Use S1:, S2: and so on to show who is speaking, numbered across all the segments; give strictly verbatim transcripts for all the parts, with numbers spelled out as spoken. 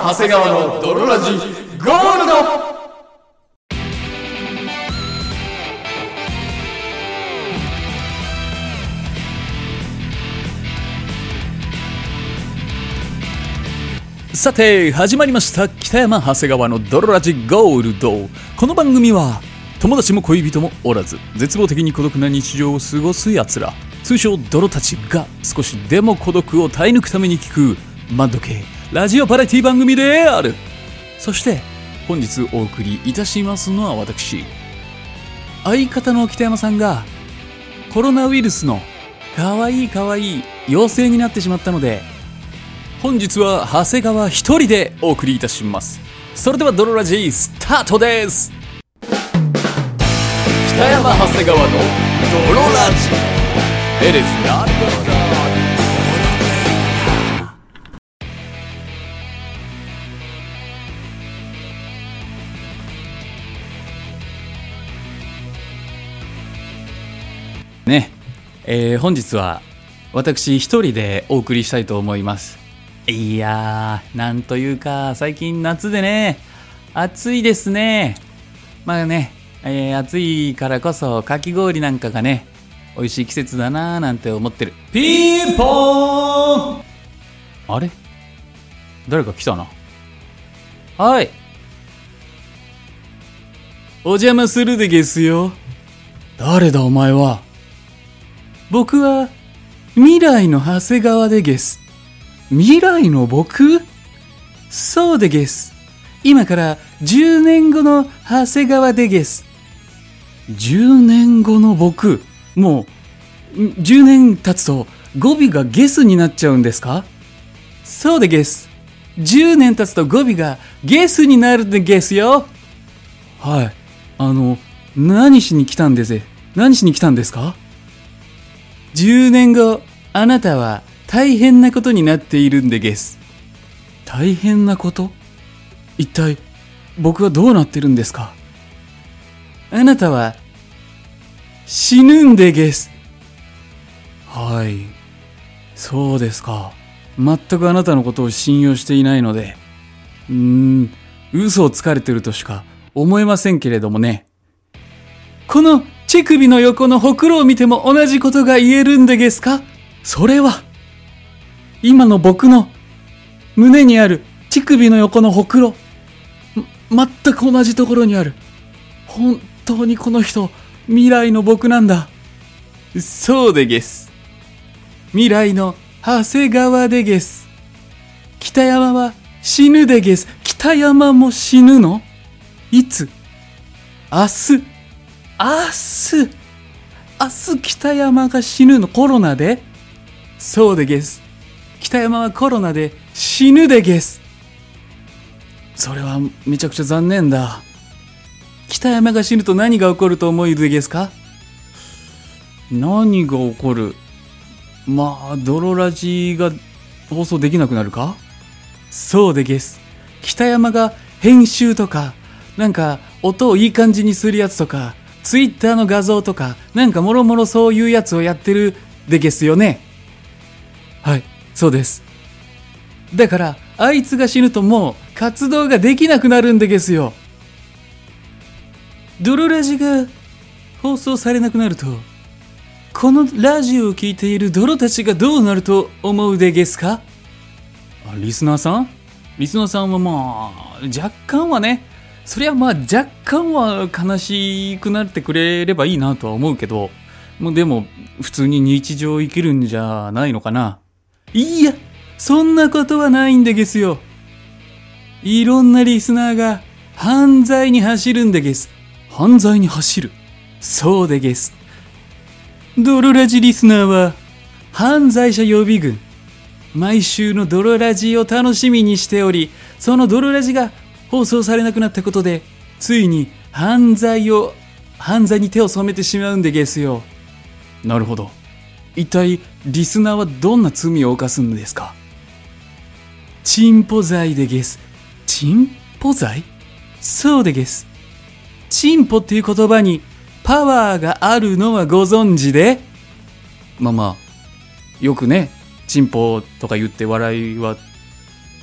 S1: 長谷川の泥ラジゴールド。さて始まりました、北山長谷川の泥ラジゴールド。この番組は友達も恋人もおらず絶望的に孤独な日常を過ごすやつら、通称泥たちが少しでも孤独を耐え抜くために聞くマッド系ラジオバラエティ番組である。そして本日お送りいたしますのは私、相方の北山さんがコロナウイルスのかわいいかわいい陽性になってしまったので、本日は長谷川一人でお送りいたします。それではドロラジースタートです。北山長谷川のドロラジ It is not ね、えー、本日は私一人でお送りしたいと思います。いやー、なんというか最近夏でね、暑いですね。まあね、えー、暑いからこそかき氷なんかがね美味しい季節だなーなんて思ってる。ピンポーン。あれ、誰か来たな。はい、お邪魔するでゲスよ。誰だお前は。僕は未来の長谷川でゲス。未来の僕？そうでゲス。今からじゅうねんごの長谷川でゲス。じゅうねんごの僕、もうじゅうねん経つと語尾がゲスになっちゃうんですか？そうでゲス。じゅうねん経つと語尾がゲスになるでゲスよ。はい、あの何しに来たんです何しに来たんですか？じゅうねんご、あなたは大変なことになっているんでゲス。大変なこと？一体僕はどうなってるんですか？あなたは死ぬんでゲス。はい、そうですか。全くあなたのことを信用していないので、うーん、嘘をつかれてるとしか思えませんけれどもね。この乳首の横のほくろを見ても同じことが言えるんでゲスか？それは今の僕の胸にある乳首の横のほくろ、全く同じところにある。本当にこの人、未来の僕なんだ。そうでゲス。未来の長谷川でゲス。北山は死ぬでゲス。北山も死ぬの？いつ？明日。明日。明日北山が死ぬの？コロナで？そうでゲス。北山はコロナで死ぬでゲス。それはめちゃくちゃ残念だ。北山が死ぬと何が起こると思うでゲスか？何が起こる？まあドロラジが放送できなくなるか？そうでゲス。北山が編集とか、なんか音をいい感じにするやつとか、ツイッターの画像とか、なんかもろもろそういうやつをやってるでゲスよね。はい、そうです。だからあいつが死ぬともう活動ができなくなるんでゲスよ。ドロラジが放送されなくなると、このラジオを聞いているドロたちがどうなると思うでゲスか？あ、リスナーさんリスナーさんはまあ若干はね、そりゃまあ若干は悲しくなってくれればいいなとは思うけど、もうでも普通に日常を生きるんじゃないのかな。いや、そんなことはないんでゲスよ。いろんなリスナーが犯罪に走るんでゲス。犯罪に走る？そうでゲス。ドロラジリスナーは犯罪者予備軍。毎週のドロラジを楽しみにしており、そのドロラジが放送されなくなったことで、ついに犯罪を犯罪に手を染めてしまうんでゲスよ。なるほど。一体リスナーはどんな罪を犯すんですか？チンポ罪でゲス。チンポ罪？そうでゲス。チンポっていう言葉にパワーがあるのはご存知で？まあまあ、よくね、チンポとか言って笑いは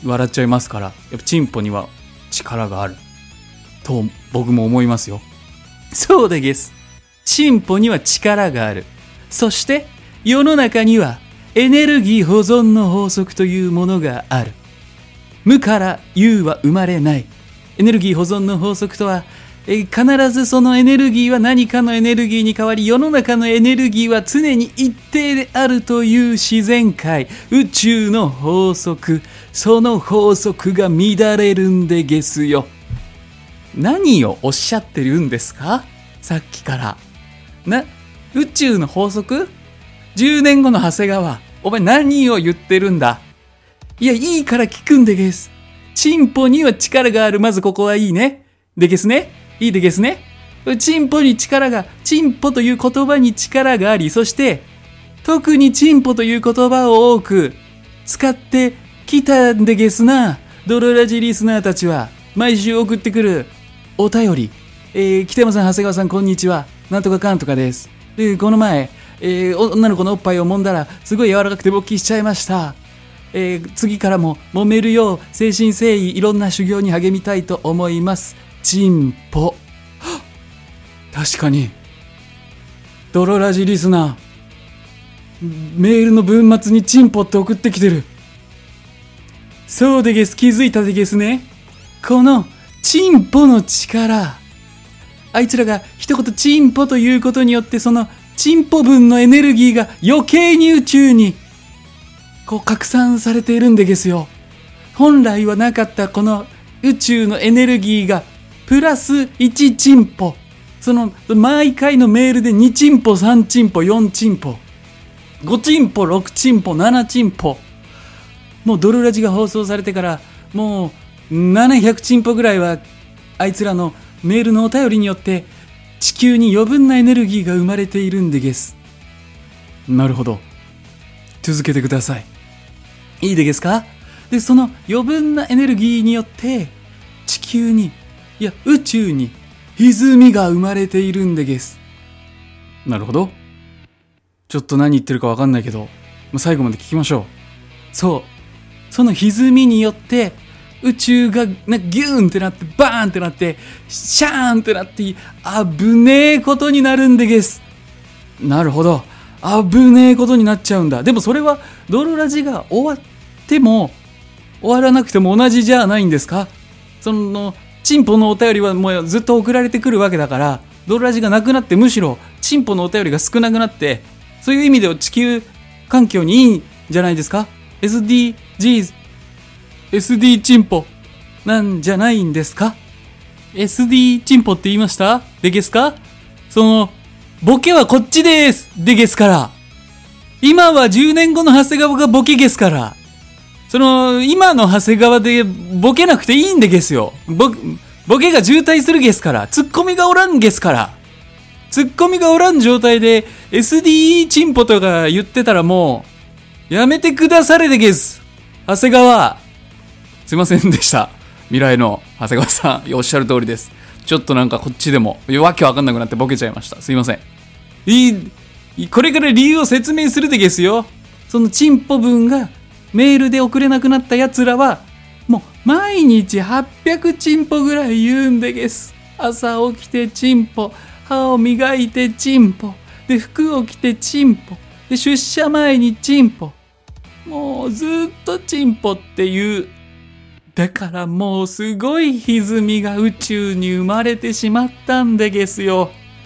S1: 笑っちゃいますから、やっぱチンポには力があると僕も思いますよ。そうでゲス。チンポには力がある。そして世の中にはエネルギー保存の法則というものがある。無から有は生まれない。エネルギー保存の法則とは、え必ずそのエネルギーは何かのエネルギーに変わり、世の中のエネルギーは常に一定であるという自然界、宇宙の法則。その法則が乱れるんでゲスよ。何をおっしゃってるんですか？さっきから。な、宇宙の法則？ じゅう 年後の長谷川、お前何を言ってるんだ？いや、いいから聞くんでゲス。チンポには力がある。まずここはいいね。でゲスね。いいでゲスね。チンポに力が、チンポという言葉に力があり、そして、特にチンポという言葉を多く使ってきたんでゲスな。ドロラジリスナーたちは、毎週送ってくるお便り。えー、北山さん、長谷川さん、こんにちは。なんとかかんとかです。で、この前、えー、女の子のおっぱいを揉んだら、すごい柔らかくて勃起しちゃいました。えー、次からも揉めるよう、誠心誠意いろんな修行に励みたいと思います。チンポ。確かに。ドロラジリスナー、メールの文末にチンポって送ってきてる。そうでゲス、気づいたでゲスね。このチンポの力。あいつらが一言チンポということによって、そのチンポ分のエネルギーが余計に宇宙にこう拡散されているんでゲスよ。本来はなかったこの宇宙のエネルギーがプラスいちチンポ。その毎回のメールでにチンポ、さんチンポ、よんチンポ、ごチンポ、ろくチンポ、ななチンポ。もうドロラジが放送されてからもうななひゃくチンポぐらいはあいつらのメールのお便りによって地球に余分なエネルギーが生まれているんでゲス。なるほど。続けてください。いいでゲスか？で、その余分なエネルギーによって地球に、いや宇宙に歪みが生まれているんでゲス。なるほど。ちょっと何言ってるか分かんないけど、最後まで聞きましょう。そう。その歪みによって宇宙がなギューンってなってバーンってなってシャーンってなって危ねえことになるんでゲス。なるほど。危ねえことになっちゃうんだ。でもそれはドロラジが終わっても終わらなくても同じじゃないんですか？そのチンポのお便りはもうずっと送られてくるわけだから、ドロラジがなくなってむしろチンポのお便りが少なくなって、そういう意味では地球環境にいいんじゃないですか？ エスディージーズ エスディー チンポなんじゃないんですか？ エスディー チンポって言いましたでゲスか？そのボケはこっちですでゲスから。今はじゅうねんごの長谷川がボケゲスから。その今の長谷川でボケなくていいんでゲスよ。ボボケが渋滞するゲスから。ツッコミがおらんゲスから。ツッコミがおらん状態で エスディー チンポとか言ってたらもうやめてくだされでゲス。長谷川、すいませんでした。未来の長谷川さん、おっしゃる通りです。ちょっとなんかこっちでもわけわかんなくなってボケちゃいました。すいません。いい、これから理由を説明するでゲスよ。そのチンポ分がメールで送れなくなったやつらはもう毎日はっぴゃくチンポぐらい言うんでゲス。朝起きてチンポ、歯を磨いてチンポで、服を着てチンポで、出社前にチンポ、もうずっとチンポっていう。だからもうすごい歪みが宇宙に生まれてしまったんでゲスよ。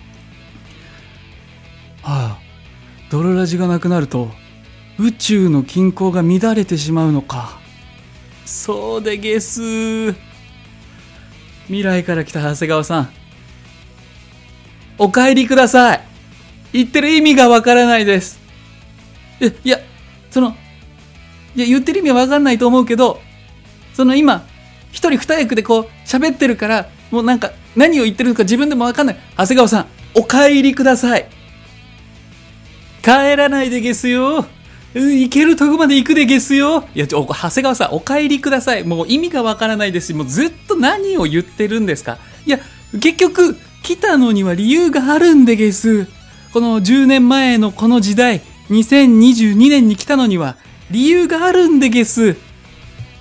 S1: はあ、ドロラジがなくなると宇宙の均衡が乱れてしまうのか。そうでゲス。未来から来た長谷川さん、お帰りください。言ってる意味がわからないです。いや、そのいや言ってる意味はわかんないと思うけど、その今一人二役でこう喋ってるから、もうなんか何を言ってるのか自分でもわかんない。長谷川さん、お帰りください。帰らないでゲスよ。うん、行けるとこまで行くでゲスよ。いや、ちょ長谷川さん、お帰りください。もう意味がわからないですし、もうずっと何を言ってるんですか？いや、結局来たのには理由があるんでゲス。このじゅうねんまえのこの時代、にせんにじゅうにねんに来たのには理由があるんでゲス。い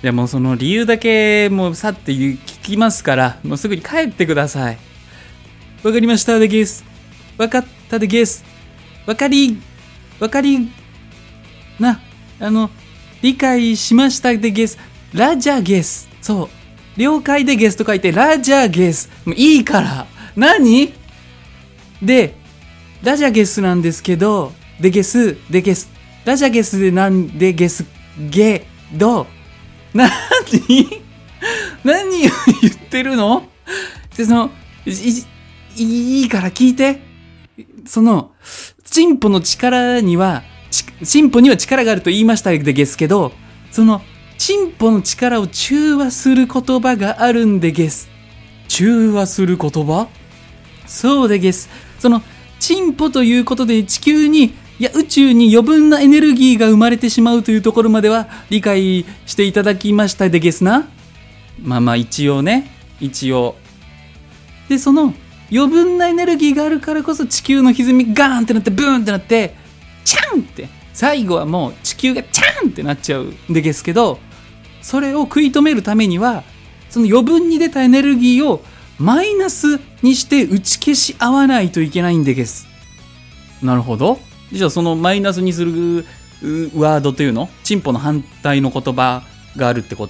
S1: でもその理由だけもうさって聞きますから、もうすぐに帰ってください。わかりましたでゲス。わかったでゲス。わかり、わかり、な、あの、理解しましたでゲス。ラジャゲス。そう。了解でゲスと書いて、ラジャゲス。もういいから。何で、ラジャゲスなんですけど、でゲス、でゲス。ラジャゲスでなんでゲス、ゲ、ど、なに何を言ってるので、その、い、いいから聞いて。その、チンポの力には、チンポには力があると言いましたでゲスけど、その、チンポの力を中和する言葉があるんでゲス。中和する言葉？そうでゲス。その、チンポということで地球に、いや宇宙に余分なエネルギーが生まれてしまうというところまでは理解していただきましたでゲスな。まあまあ一応ね、一応。で、その余分なエネルギーがあるからこそ地球の歪みガーンってなってブーンってなって、チャンって、最後はもう地球がチャンってなっちゃうんでゲスけど、それを食い止めるためには、その余分に出たエネルギーをマイナスにして打ち消し合わないといけないんでゲス。なるほど。じゃあそのマイナスにするワードというの、チンポの反対の言葉があるってこと？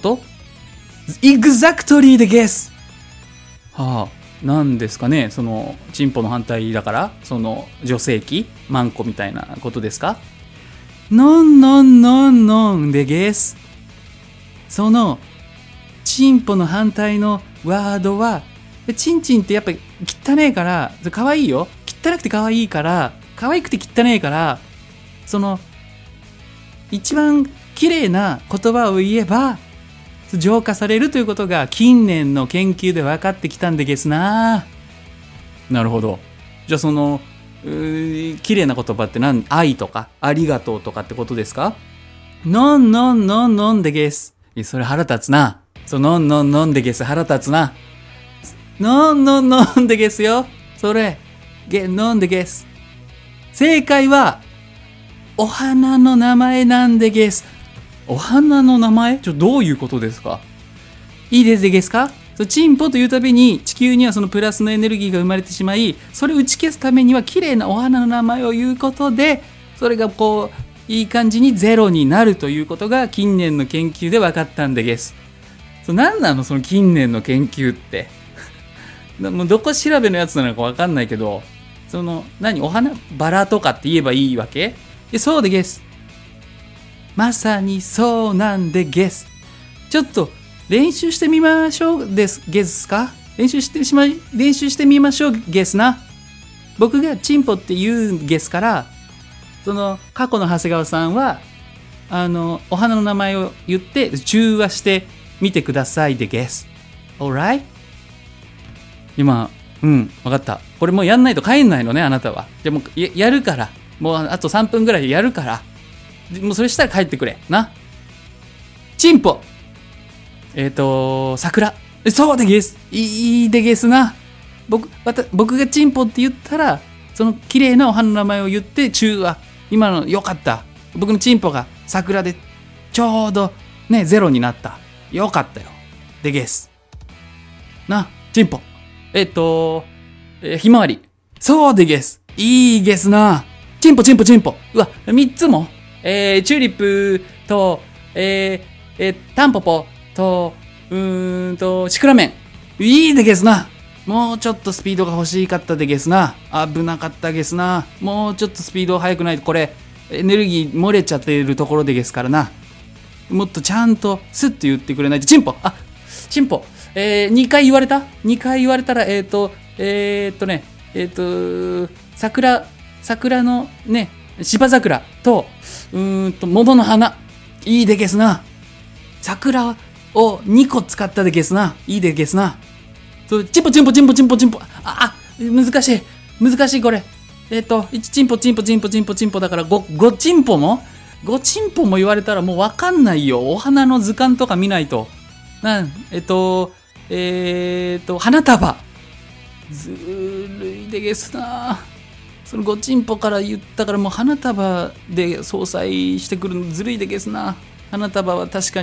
S1: Exactly でゲス。はあ、なんですかね、そのチンポの反対だからその女性器マンコみたいなことですか？ノンノンノンノンでゲス。そのチンポの反対のワードは、チンチンってやっぱり汚ねえから、可愛いよ、汚くて可愛いから、可愛くて汚ねえから、その一番綺麗な言葉を言えば浄化されるということが近年の研究で分かってきたんでゲスな。なるほど。じゃあその綺麗な言葉って何？愛とかありがとうとかってことですか？ノンノンノンノンでゲス。いやそれ腹立つな。そうノンノンノンでゲス腹立つな。ノンノンノンでゲスよ。それゲノンでゲス。正解はお花の名前なんでゲス。お花の名前？ちょどういうことですか？いいですでゲスか？チンポというたびに地球にはそのプラスのエネルギーが生まれてしまい、それを打ち消すためには綺麗なお花の名前を言うことで、それがこういい感じにゼロになるということが近年の研究で分かったんでゲス。そ何なのその近年の研究ってもうどこ調べのやつなのか分かんないけど、その何お花バラとかって言えばいいわけ？でそうでゲス。まさにそうなんでゲス。ちょっと練習してみましょうですゲスか？練習してしまい練習してみましょうゲスな。僕がチンポって言うゲスから、その過去の長谷川さんはあのお花の名前を言って中和してみてくださいでゲス。Alright？ 今うん分かった。これもうやんないと帰んないのねあなたは。でも や, やるからもうあとさんぷんぐらいでやるから、もうそれしたら帰ってくれな。チンポえっ、ー、と桜。そうでゲス。いいでゲスな。僕わた僕がチンポって言ったら、その綺麗なお花の名前を言って中和。今のよかった。僕のチンポが桜でちょうどねゼロになった。よかったよでゲスな。チンポえっ、ー、と、えー、ひまわり。そうでゲス。いいゲスな。チンポチンポチンポ。うわみっつも、えー、チューリップとえー、えー、タンポポとうーんとシクラメン。いいでゲスな。もうちょっとスピードが欲しかったでゲスな。危なかったゲスな。もうちょっとスピード速くないとこれエネルギー漏れちゃっているところでゲスからな。もっとちゃんとスッと言ってくれないと。チンポあチンポえー、にかい言われた ?に 回言われたらえっ、ー、とえー、っとねえー、っと桜桜のね芝桜とうーんと桃の花。いいでゲスな。桜をにこ使ったでゲスな。いいでゲスな。そうチンポチンポチンポチンポチンポ。ああ難しい難しいこれ。えっ、ー、といちチンポチンポチンポチンポチンポだから 5, 5チンポも5チンポも言われたらもう分かんないよ。お花の図鑑とか見ないと。なんえっ、ー、とえっ、ー、と花束。ずるいでゲスな。そのごチンポから言ったからもう花束で相殺してくるのずるいでゲスな。花束は確かに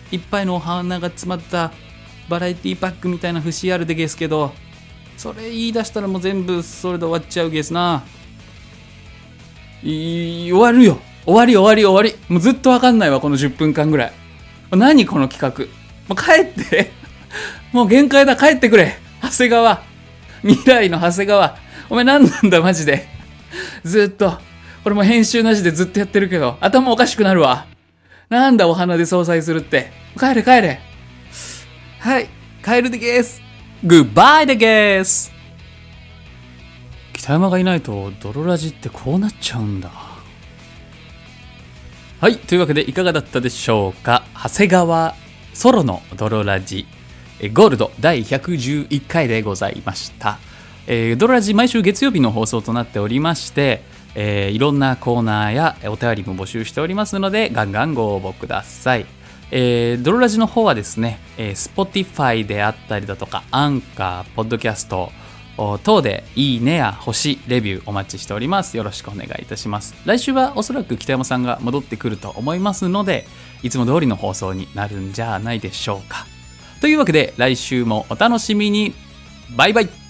S1: いっぱいのお花が詰まったバラエティパックみたいな節あるでゲスけど、それ言い出したらもう全部それで終わっちゃうゲスな。い終わるよ、終わり終わり終わり。もうずっとわかんないわこのじゅっぷんかんぐらい。何この企画、もう帰ってもう限界だ、帰ってくれ長谷川、未来の長谷川、お前何なんだマジで。ずっとこれも編集なしでずっとやってるけど頭おかしくなるわ。なんだお花で相殺するって。帰れ帰れ。はい、帰るでゲース。グッバイでゲース。北山がいないと泥ラジってこうなっちゃうんだ。はい、というわけでいかがだったでしょうか。長谷川ソロの泥ラジゴールドだいひゃくじゅういっかいでございました。えー、泥ラジ毎週月曜日の放送となっておりまして、えー、いろんなコーナーやお便りも募集しておりますのでガンガンご応募ください。えー、ドロラジの方はですね、えー、Spotify であったりだとかアンカー、ポッドキャスト等でいいねや星、レビューお待ちしております。よろしくお願いいたします。来週はおそらく北山さんが戻ってくると思いますので、いつも通りの放送になるんじゃないでしょうか。というわけで来週もお楽しみに。バイバイ。